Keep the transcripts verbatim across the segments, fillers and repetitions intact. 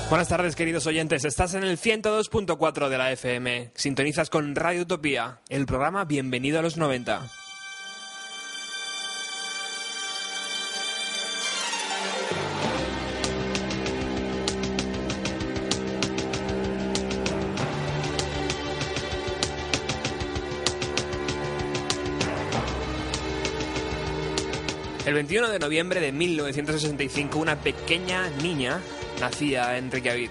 Buenas tardes, queridos oyentes. Estás en el ciento dos punto cuatro de la F M. Sintonizas con Radio Utopía, el programa Bienvenido a los noventa. El veintiuno de noviembre de mil novecientos sesenta y cinco, una pequeña niña nacía en Reykjavik.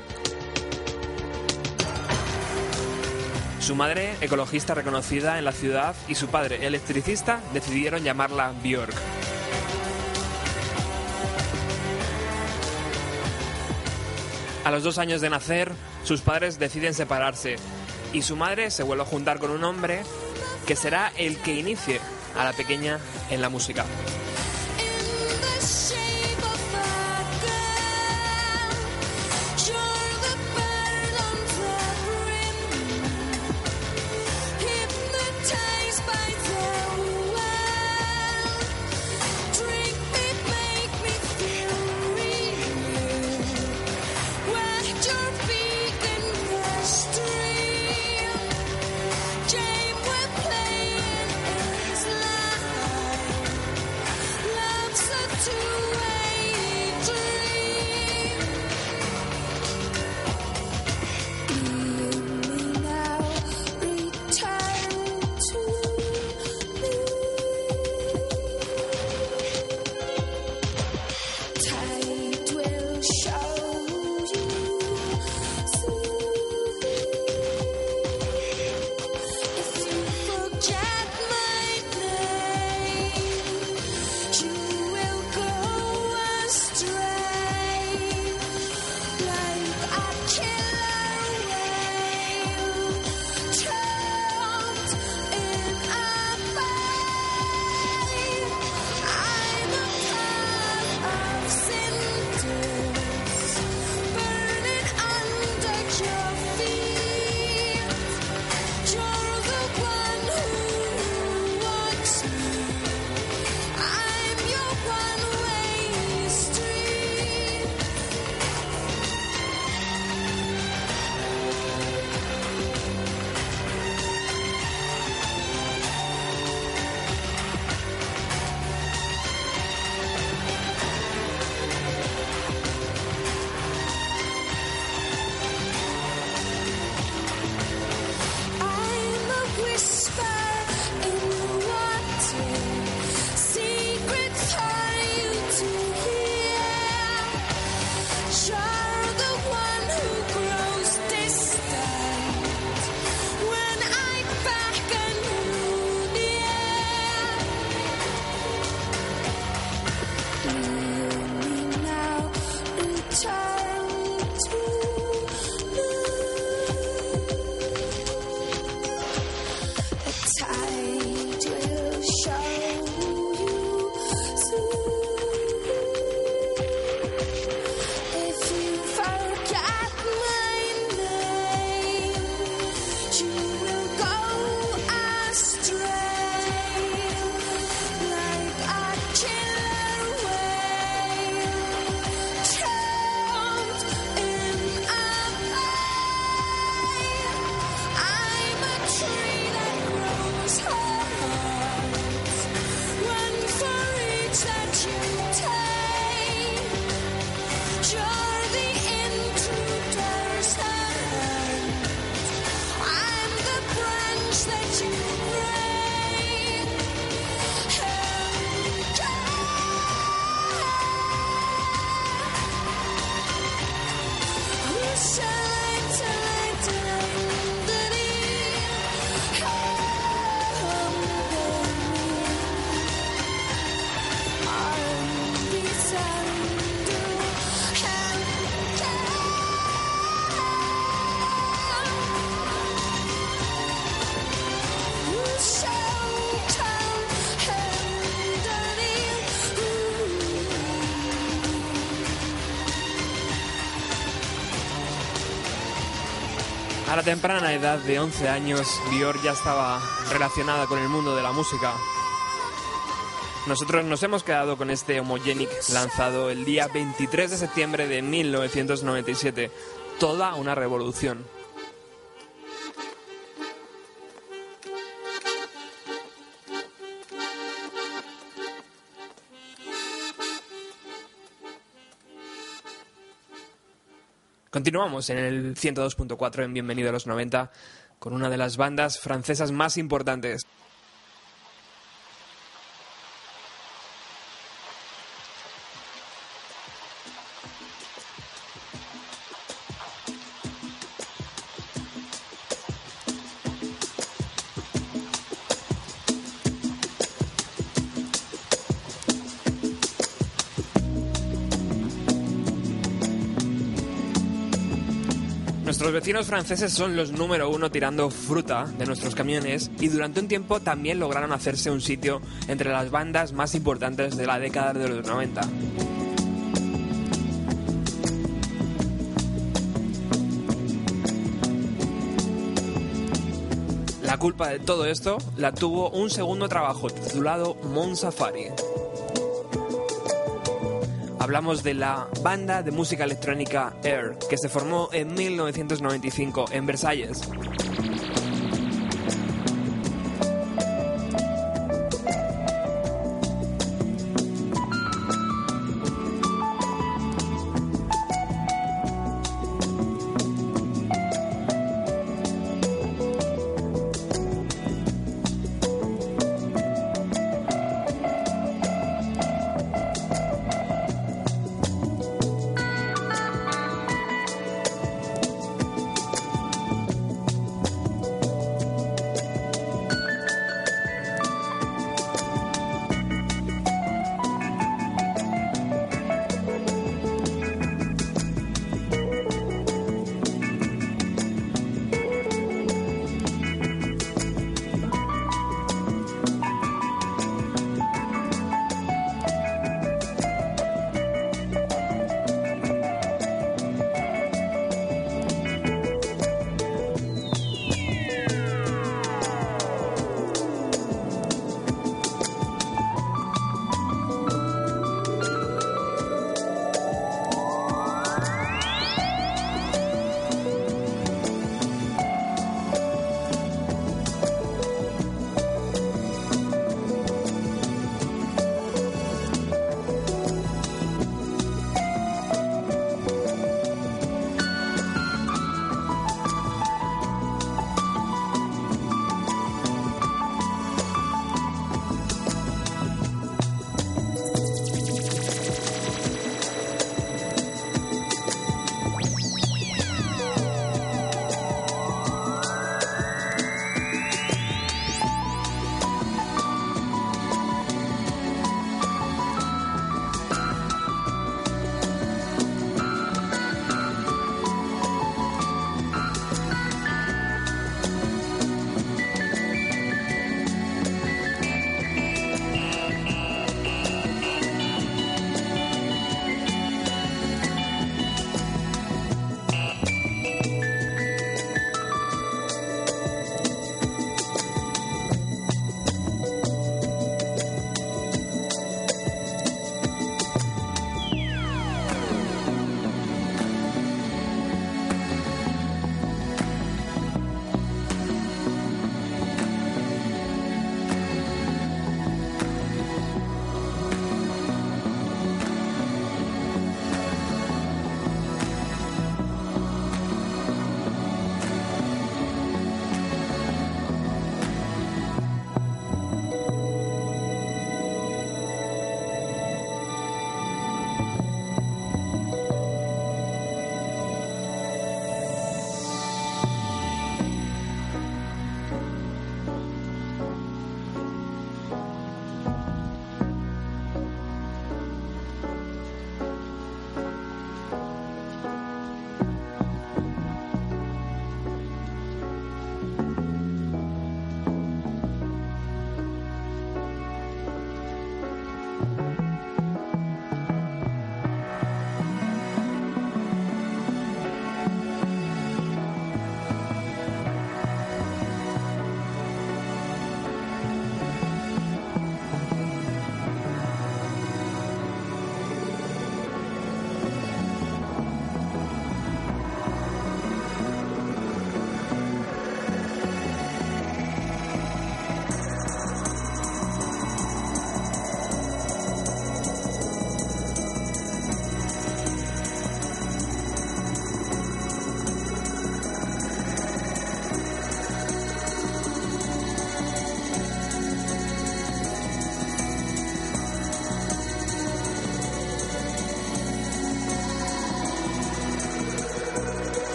Su madre, ecologista reconocida en la ciudad, y su padre, electricista, decidieron llamarla Björk. A los dos años de nacer, sus padres deciden separarse y su madre se vuelve a juntar con un hombre que será el que inicie a la pequeña en la música. A la temprana edad de once años, Björk ya estaba relacionada con el mundo de la música. Nosotros nos hemos quedado con este Homogenic lanzado el día veintitrés de septiembre de mil novecientos noventa y siete. Toda una revolución. Continuamos en el ciento dos punto cuatro en Bienvenido a los noventa con una de las bandas francesas más importantes. Nuestros vecinos franceses son los número uno tirando fruta de nuestros camiones y durante un tiempo también lograron hacerse un sitio entre las bandas más importantes de la década de los noventa. La culpa de todo esto la tuvo un segundo trabajo titulado Mon Safari. Hablamos de la banda de música electrónica Air, que se formó en mil novecientos noventa y cinco en Versalles.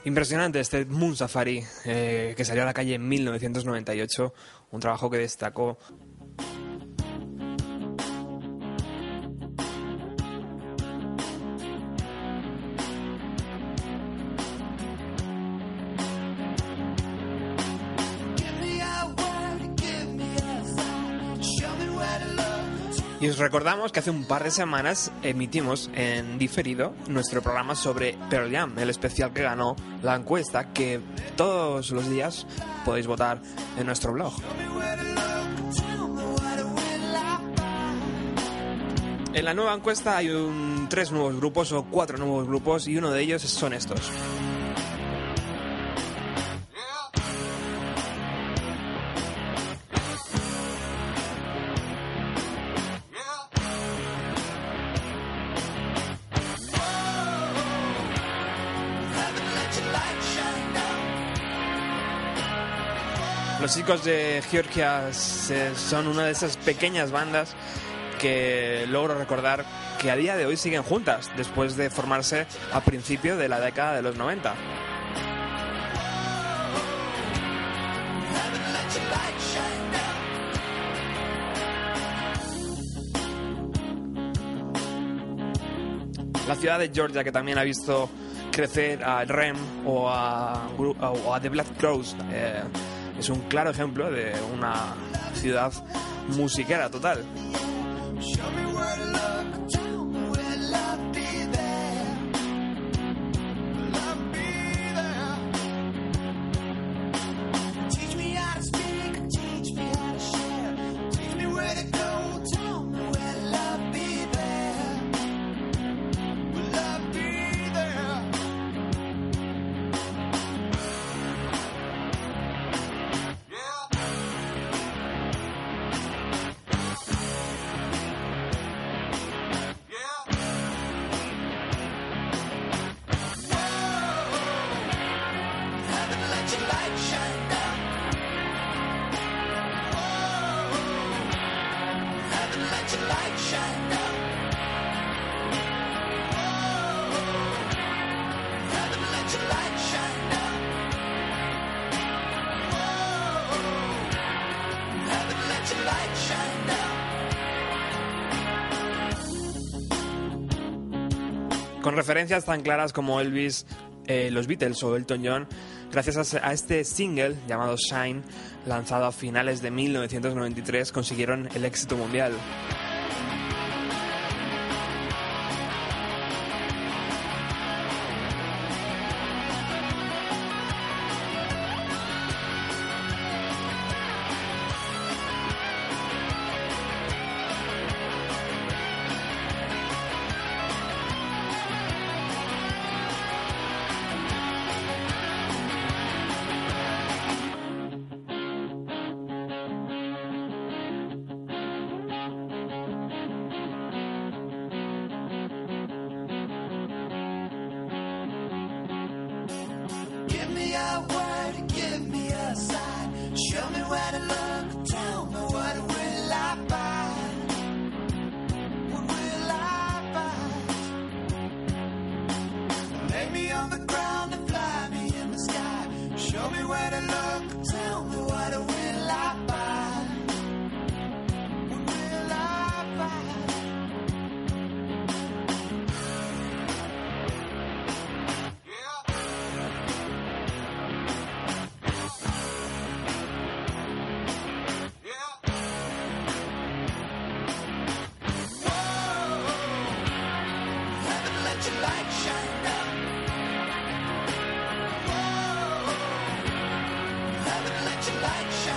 Impresionante este Moon Safari, eh, que salió a la calle en mil novecientos noventa y ocho, un trabajo que destacó. Y os recordamos que hace un par de semanas emitimos en diferido nuestro programa sobre Pearl Jam, el especial que ganó la encuesta, que todos los días podéis votar en nuestro blog. En la nueva encuesta hay un, tres nuevos grupos o cuatro nuevos grupos y uno de ellos son estos. Los chicos de Georgia son una de esas pequeñas bandas que logro recordar que a día de hoy siguen juntas, después de formarse a principios de la década de los noventa. La ciudad de Georgia, que también ha visto crecer a R E M o a, o a The Black Crowes, eh, es un claro ejemplo de una ciudad musiquera total. Con referencias tan claras como Elvis, eh, los Beatles o Elton John, gracias a, a este single llamado Shine, lanzado a finales de mil novecientos noventa y tres, consiguieron el éxito mundial. Light shine.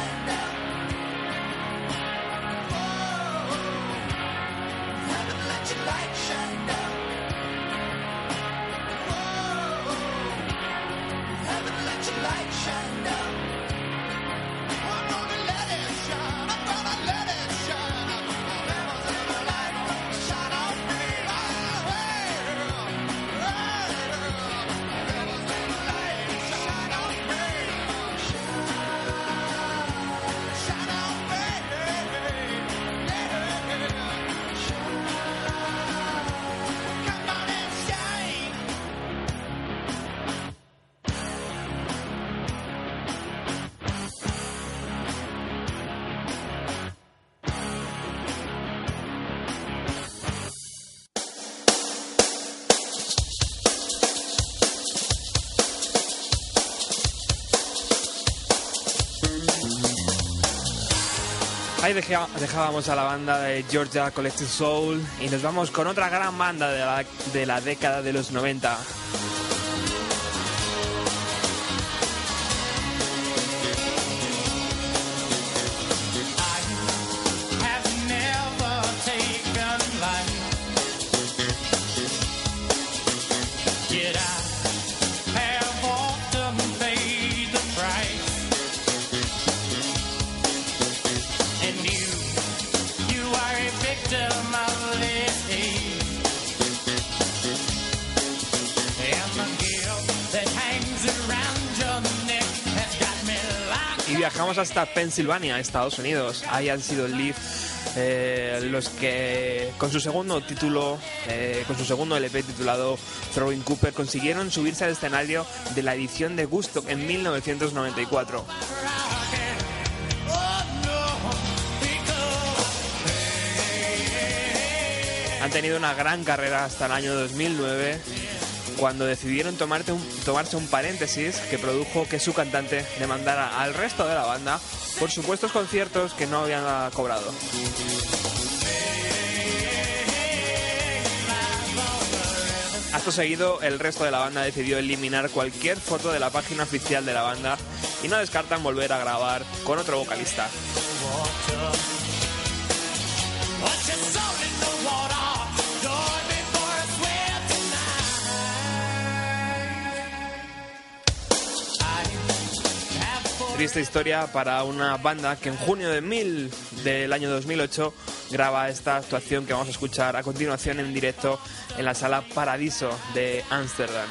Ahí deja, dejábamos a la banda de Georgia Collective Soul y nos vamos con otra gran banda de la, de la década de los noventa. Viajamos hasta Pensilvania, Estados Unidos. Ahí han sido Live eh, los que con su segundo título, eh, con su segundo L P titulado Throwing Cooper, consiguieron subirse al escenario de la edición de Woodstock en mil novecientos noventa y cuatro. Han tenido una gran carrera hasta el año dos mil nueve, cuando decidieron tomarte un, tomarse un paréntesis que produjo que su cantante demandara al resto de la banda por supuestos conciertos que no habían cobrado. Acto seguido, el resto de la banda decidió eliminar cualquier foto de la página oficial de la banda y no descartan volver a grabar con otro vocalista. Triste historia para una banda que en junio de mil, del año dos mil ocho graba esta actuación que vamos a escuchar a continuación en directo en la sala Paradiso de Ámsterdam.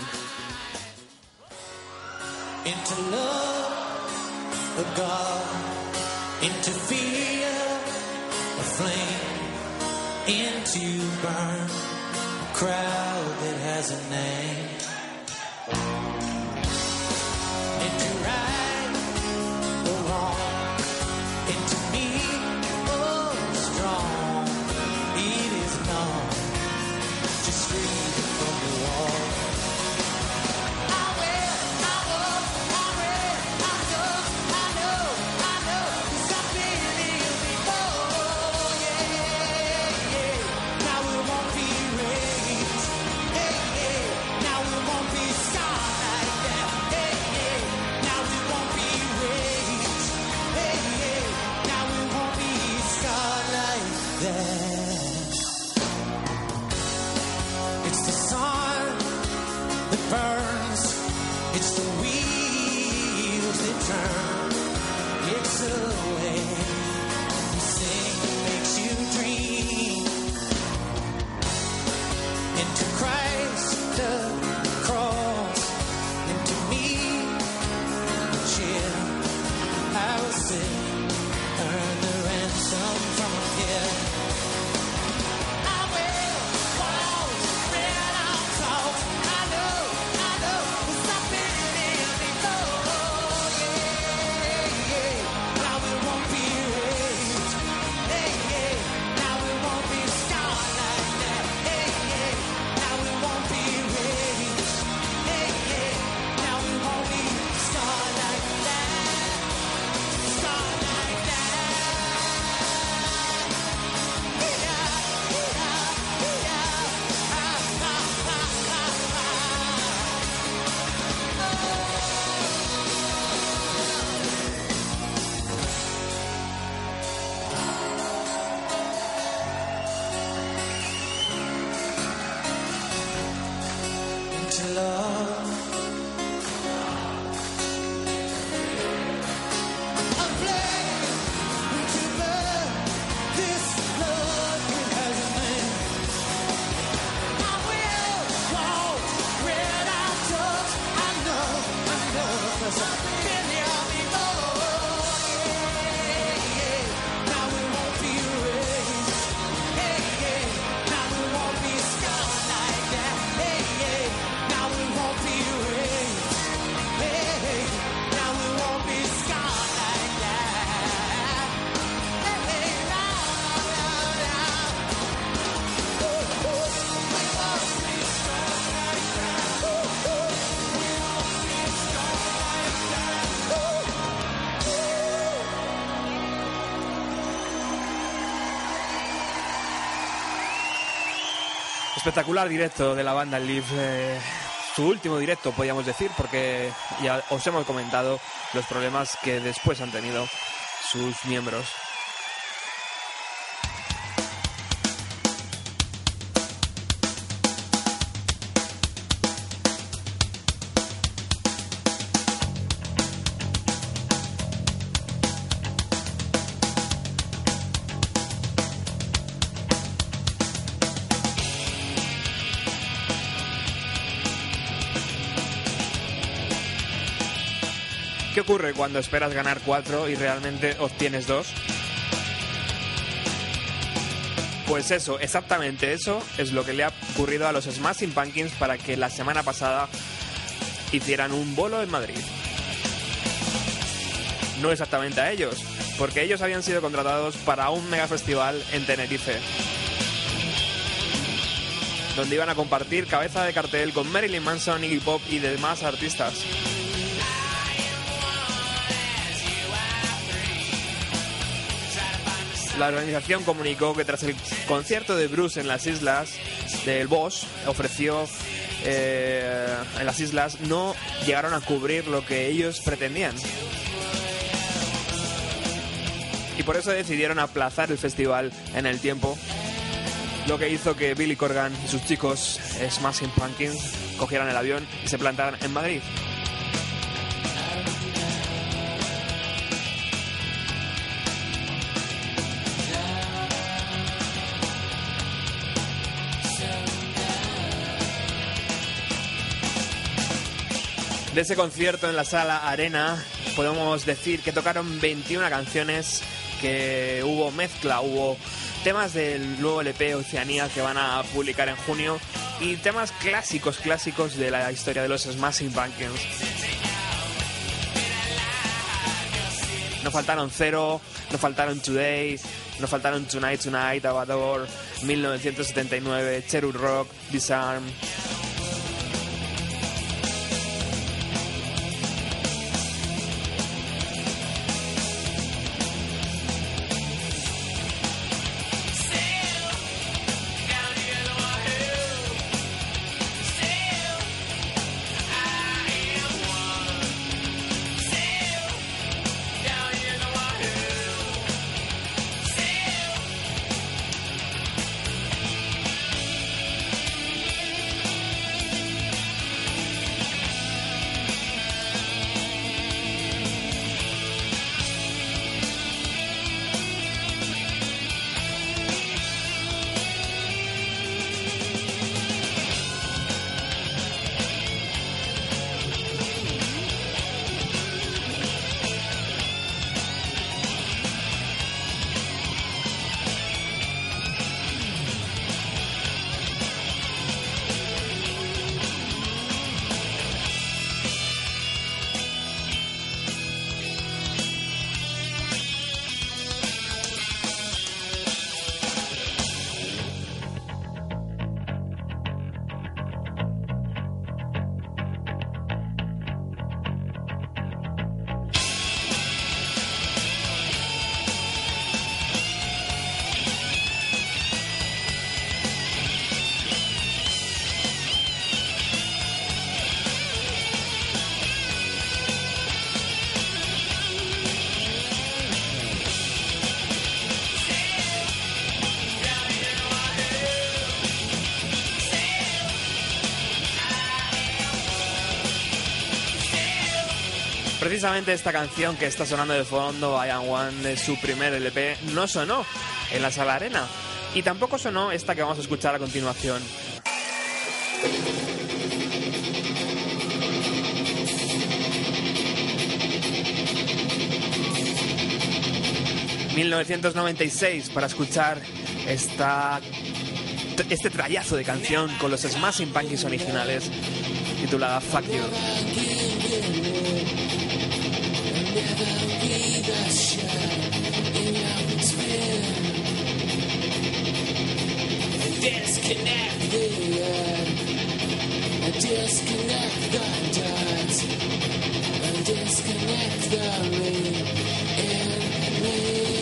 Into love of God, into fear of flame, into burn, a crowd that has a name, into right. Espectacular directo de la banda Live, eh, su último directo podríamos decir, porque ya os hemos comentado los problemas que después han tenido sus miembros. ¿Qué ocurre cuando esperas ganar cuatro y realmente obtienes dos? Pues eso, exactamente eso es lo que le ha ocurrido a los Smashing Pumpkins para que la semana pasada hicieran un bolo en Madrid. No exactamente a ellos, porque ellos habían sido contratados para un mega festival en Tenerife, donde iban a compartir cabeza de cartel con Marilyn Manson, Iggy Pop y demás artistas. La organización comunicó que tras el concierto de Bruce en las islas del Bosch ofreció eh, en las islas, no llegaron a cubrir lo que ellos pretendían. Y por eso decidieron aplazar el festival en el tiempo, lo que hizo que Billy Corgan y sus chicos Smashing Pumpkins cogieran el avión y se plantaran en Madrid. De ese concierto en la Sala Arena podemos decir que tocaron veintiuna canciones, que hubo mezcla, hubo temas del nuevo L P Oceanía que van a publicar en junio y temas clásicos, clásicos de la historia de los Smashing Pumpkins. Nos faltaron Zero, nos faltaron Today, nos faltaron Tonight Tonight, Abador, mil novecientos setenta y nueve, Cherub Rock, Disarm. Precisamente esta canción que está sonando de fondo, I Am One, de su primer L P, no sonó en la Sala Arena. Y tampoco sonó esta que vamos a escuchar a continuación. mil novecientos noventa y seis para escuchar esta, este trayazo de canción con los Smashing Pumpkins originales, titulada Fuck You. Disconnect the air, disconnect the dots, disconnect the me in me.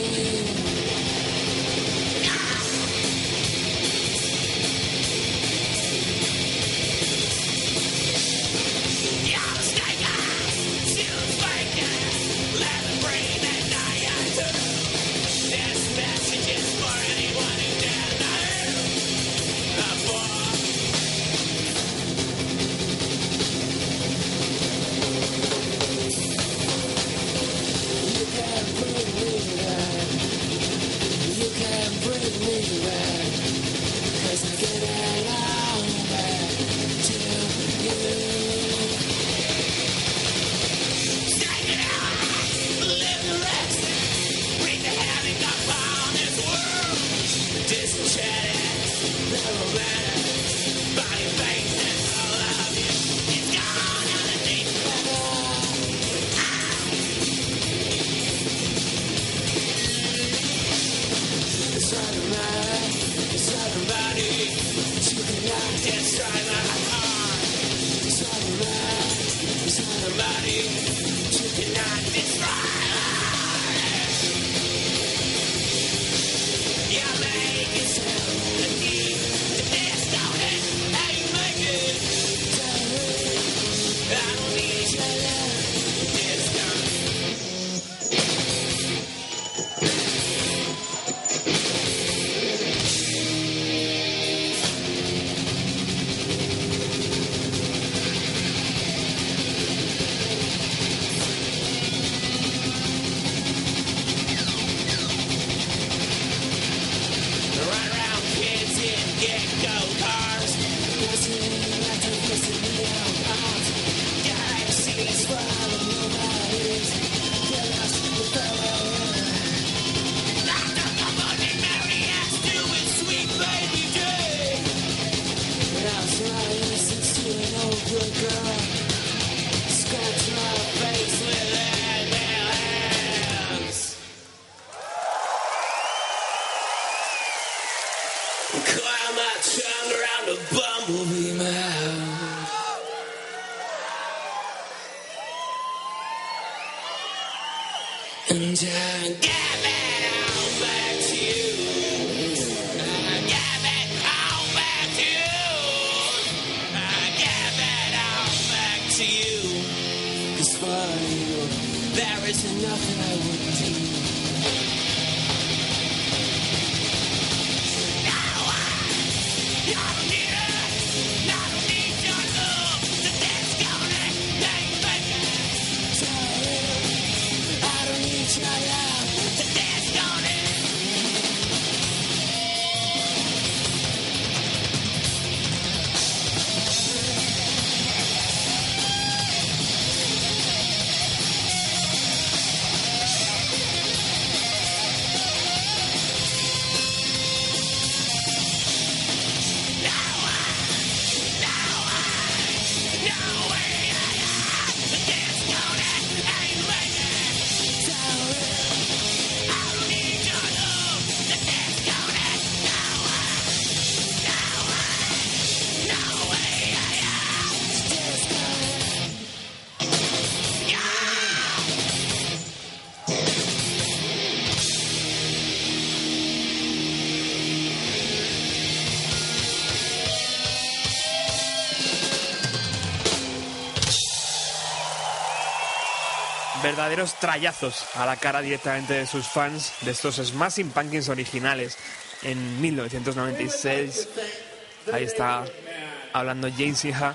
Verdaderos trallazos a la cara directamente de sus fans de estos Smashing Pumpkins originales en mil novecientos noventa y seis. Ahí está hablando James Iha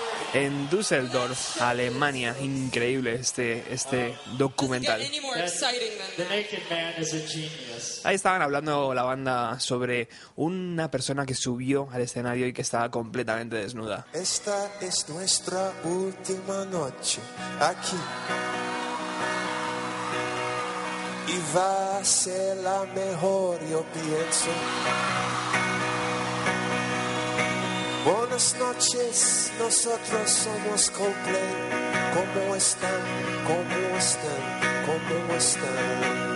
en Düsseldorf, Alemania. Increíble este, este documental. Ahí estaban hablando la banda sobre una persona que subió al escenario y que estaba completamente desnuda. Esta es nuestra última noche aquí. Y va a ser la mejor, yo pienso. Buenas noches, nosotros somos Coldplay. ¿Cómo están? ¿Cómo están? ¿Cómo están?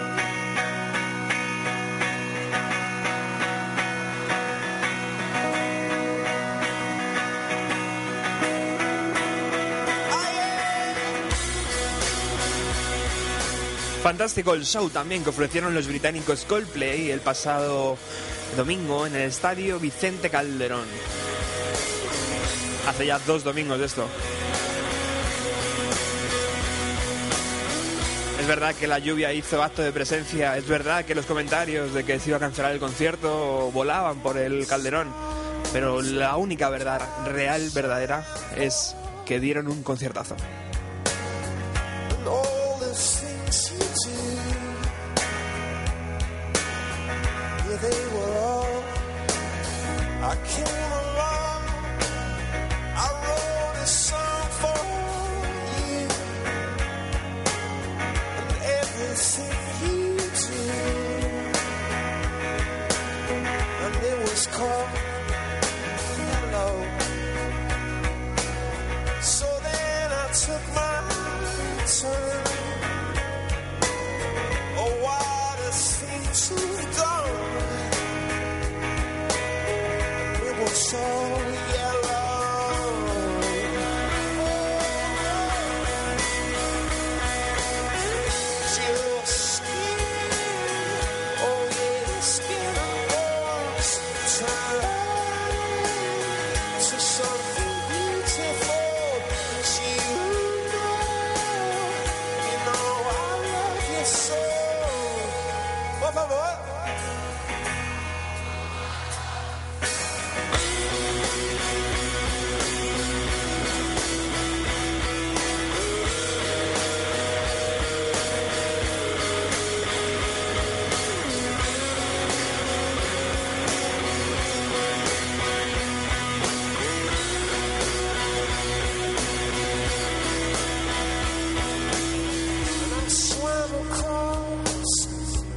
Fantástico el show también que ofrecieron los británicos Coldplay el pasado domingo en el estadio Vicente Calderón. Hace ya dos domingos de esto. Es verdad que la lluvia hizo acto de presencia, es verdad que los comentarios de que se iba a cancelar el concierto volaban por el Calderón, pero la única verdad real, verdadera, es que dieron un conciertazo. They were all I came along. I wrote a song for you, and everything you do, and it was called Hello. So then I took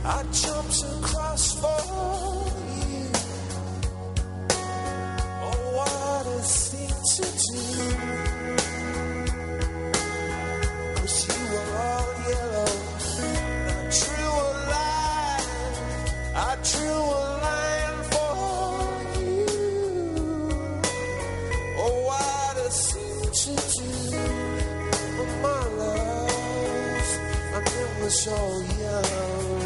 I jumped across for you. Oh, what a thing to do. 'Cause you were all yellow. I drew a line. I drew a line for you. Oh, what a thing to do. Oh, my love, I never saw you.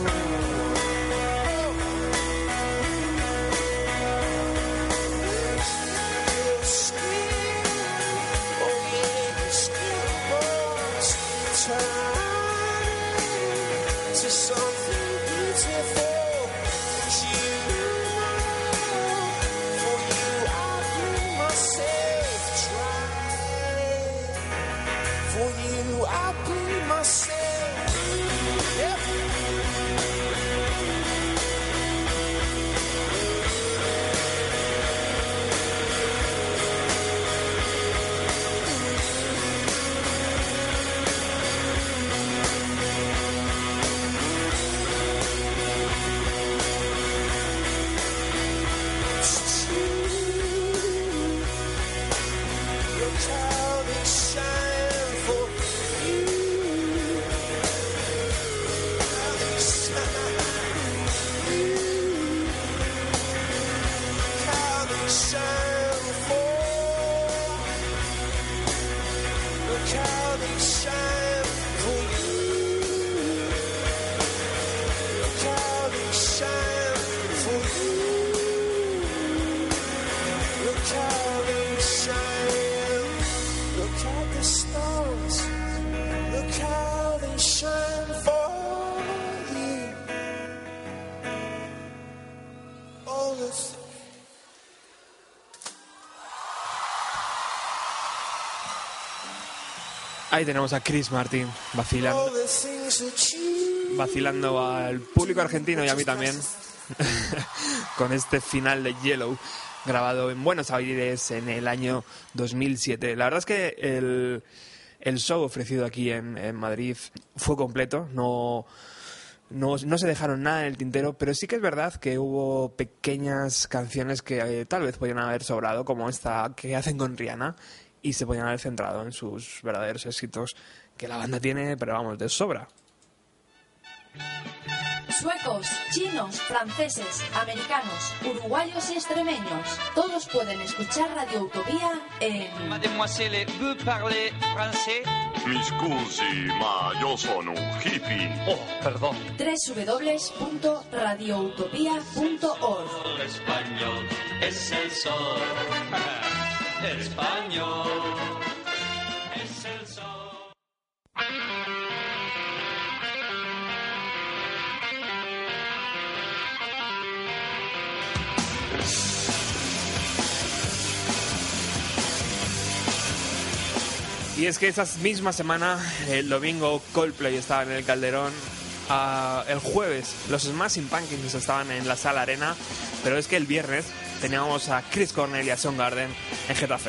Ahí tenemos a Chris Martin vacilando, vacilando al público argentino y a mí también con este final de Yellow, grabado en Buenos Aires en el año dos mil siete. La verdad es que el, el show ofrecido aquí en, en Madrid fue completo, no, no, no se dejaron nada en el tintero, pero sí que es verdad que hubo pequeñas canciones que eh, tal vez podían haber sobrado, como esta que hacen con Rihanna, y se podían haber centrado en sus verdaderos éxitos que la banda tiene, pero vamos, de sobra. Suecos, chinos, franceses, americanos, uruguayos y extremeños, todos pueden escuchar Radio Utopía en... Mademoiselle, vous parlez français? Mi scusi, ma yo sono un hippie. Oh, perdón. doble u doble u doble u punto radio utopía punto org. Español es el sol. Español es el sol. Y es que esa misma semana, el domingo, Coldplay estaba en el Calderón. Uh, el jueves, los Smashing Pumpkins estaban en la Sala Arena. Pero es que el viernes teníamos a Chris Cornell y a Soundgarden en Getafe.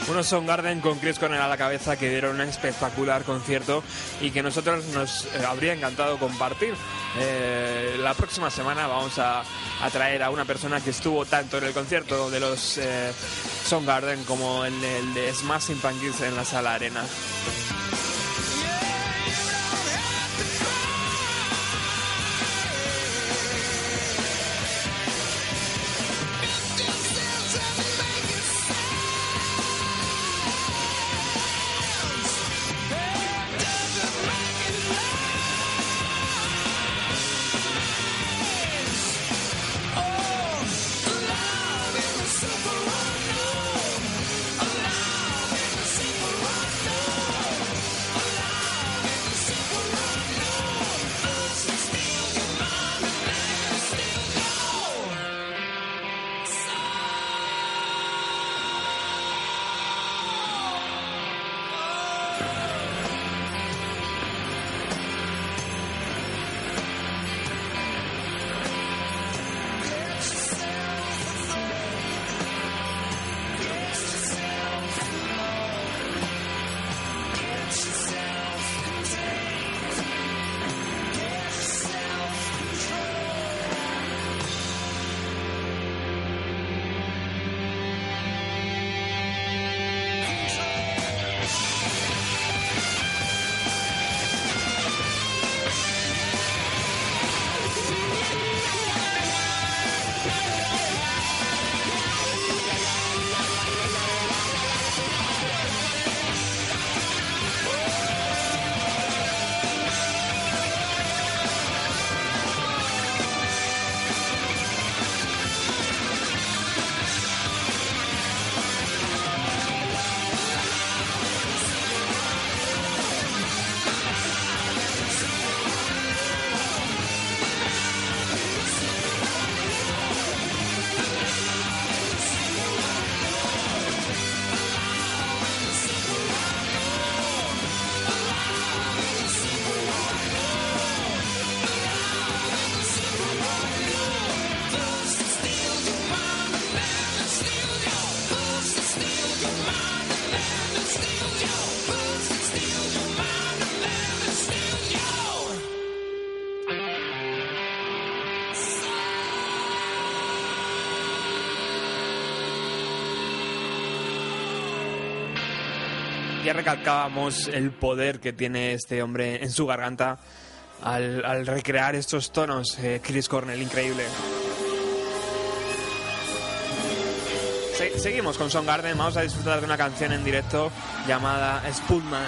Unos Soundgarden con Chris Cornell a la cabeza que dieron un espectacular concierto y que nosotros nos eh, habría encantado compartir. Eh, la próxima semana vamos a, a traer a una persona que estuvo tanto en el concierto de los eh, Soundgarden como en el de Smashing Pumpkins en la Sala Arena. Ya recalcábamos el poder que tiene este hombre en su garganta al, al recrear estos tonos, eh, Chris Cornell, increíble. Se, seguimos con Soundgarden, vamos a disfrutar de una canción en directo llamada Spoonman.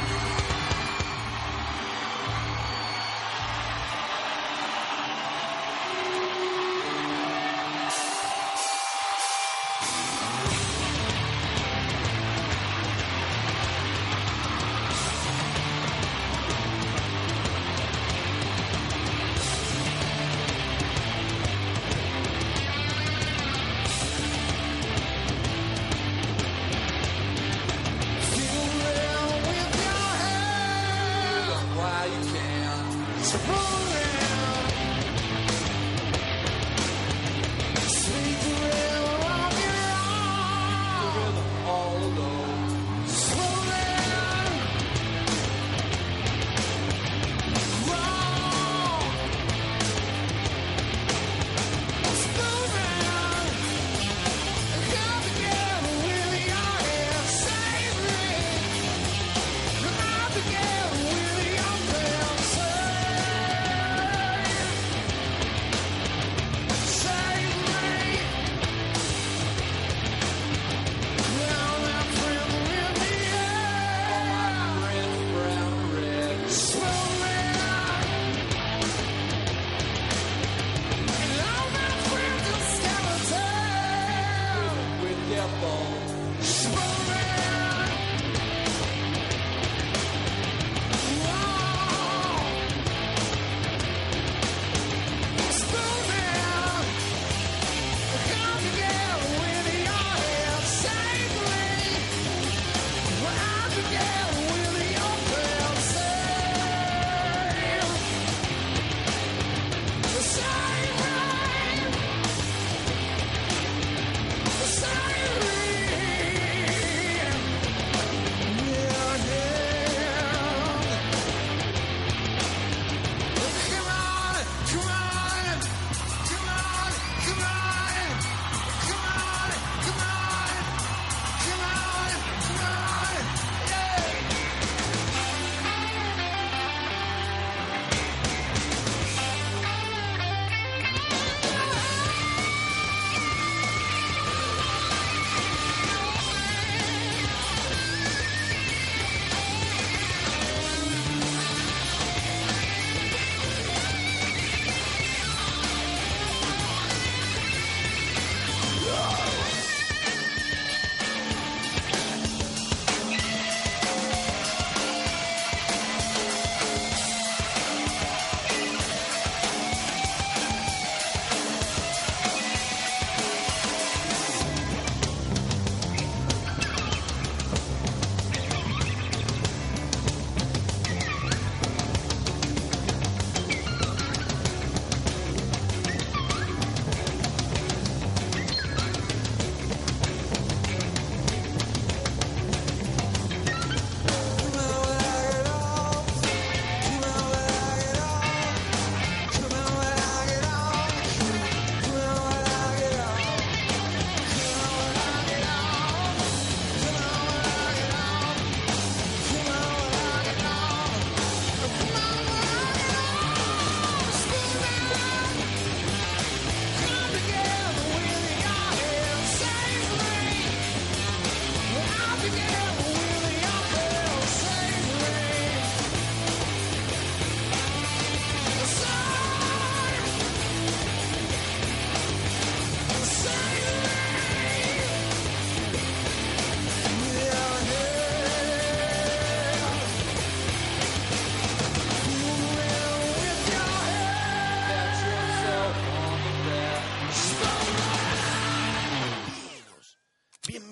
With your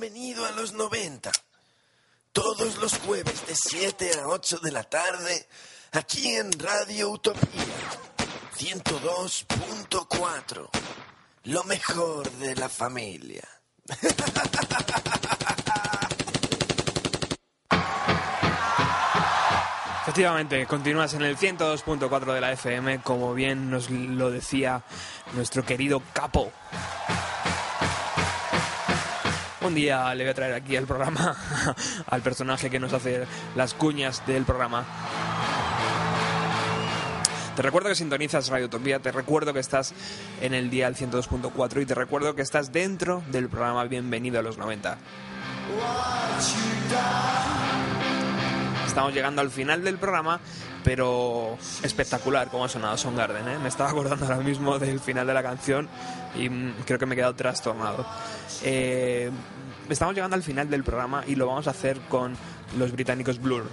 bienvenido a los noventa. Todos los jueves de siete a ocho de la tarde, aquí en Radio Utopía, ciento dos punto cuatro. Lo mejor de la familia. Efectivamente, continúas en el ciento dos punto cuatro de la F M, como bien nos lo decía nuestro querido Capo. Un día le voy a traer aquí al programa al personaje que nos hace las cuñas del programa. Te recuerdo que sintonizas Radio Utopía, te recuerdo que estás en el dial ciento dos punto cuatro y te recuerdo que estás dentro del programa Bienvenido a los noventa. Estamos llegando al final del programa, pero espectacular como ha sonado Soundgarden, ¿eh? Me estaba acordando ahora mismo del final de la canción y mm, creo que me he quedado trastornado. Eh, estamos llegando al final del programa y lo vamos a hacer con los británicos Blur.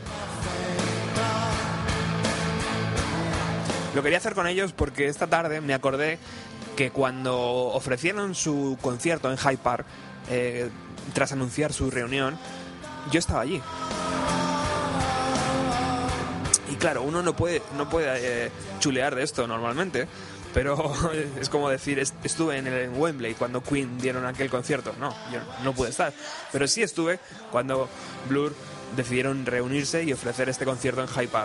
Lo quería hacer con ellos porque esta tarde me acordé que cuando ofrecieron su concierto en Hyde Park, eh, tras anunciar su reunión, yo estaba allí. Y claro, uno no puede, no puede eh, chulear de esto normalmente, pero es como decir, estuve en, el, en Wembley cuando Queen dieron aquel concierto. No, yo no pude estar, pero sí estuve cuando Blur decidieron reunirse y ofrecer este concierto en Hyde Park.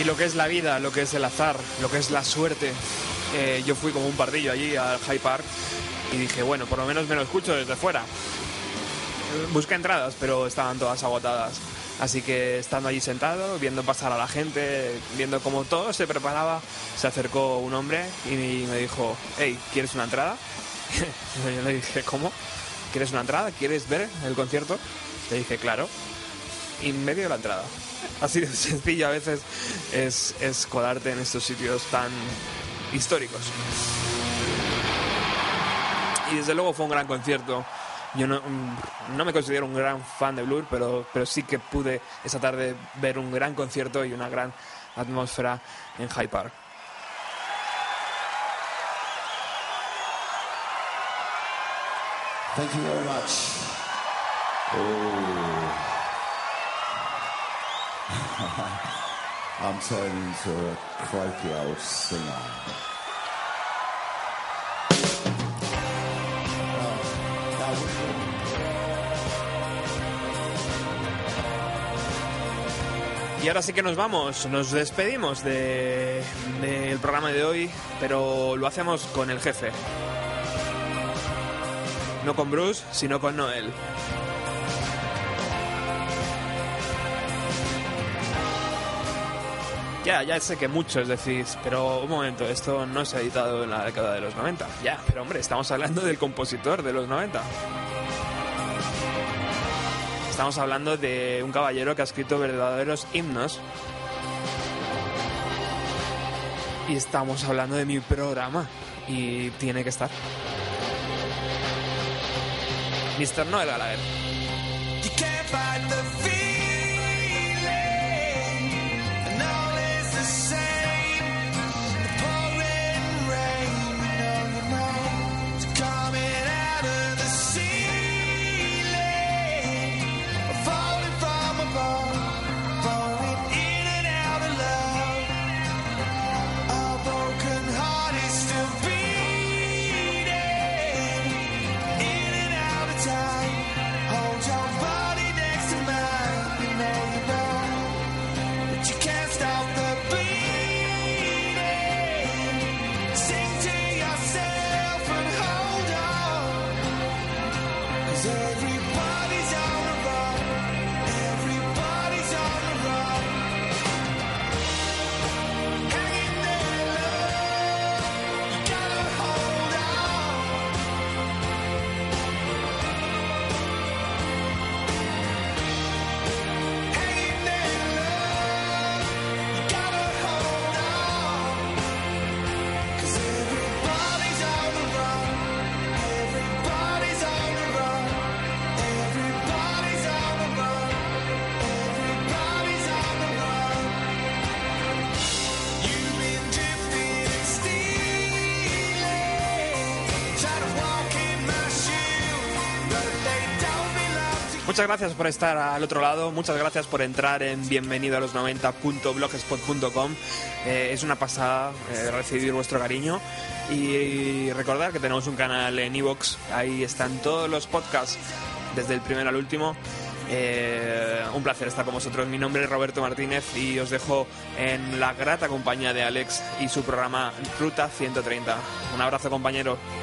y lo que es la vida, lo que es el azar, lo que es la suerte. Eh, yo fui como un pardillo allí al Hyde Park y dije, bueno, por lo menos me lo escucho desde fuera. Busqué entradas, pero estaban todas agotadas. Así que estando allí sentado, viendo pasar a la gente, viendo cómo todo se preparaba, se acercó un hombre y me dijo, hey, ¿quieres una entrada? Yo le dije, ¿cómo? ¿Quieres una entrada? ¿Quieres ver el concierto? Le dije, claro. Y me dio la entrada. Así de sencillo a veces es, es colarte en estos sitios tan históricos. Y desde luego fue un gran concierto. Yo no, no me considero un gran fan de Blur, pero, pero sí que pude esa tarde ver un gran concierto y una gran atmósfera en Hyde Park. Thank you very much. Oh. I'm turning into a croaky old singer. Y ahora sí que nos vamos, nos despedimos de, del programa de hoy, pero lo hacemos con el jefe. No con Bruce, sino con Noel. Ya, ya sé que muchos decís, pero un momento, esto no se ha editado en la década de los noventa. Ya, pero hombre, estamos hablando del compositor de los noventa. Estamos hablando de un caballero que ha escrito verdaderos himnos. Y estamos hablando de mi programa. Y tiene que estar. mister Noel Gallagher. Muchas gracias por estar al otro lado, muchas gracias por entrar en bienvenido a los noventa punto blogspot punto com. Eh, es una pasada eh, recibir vuestro cariño y recordar que tenemos un canal en iVoox, ahí están todos los podcasts desde el primero al último. Eh, un placer estar con vosotros. Mi nombre es Roberto Martínez y os dejo en la grata compañía de Alex y su programa Ruta ciento treinta. Un abrazo, compañero.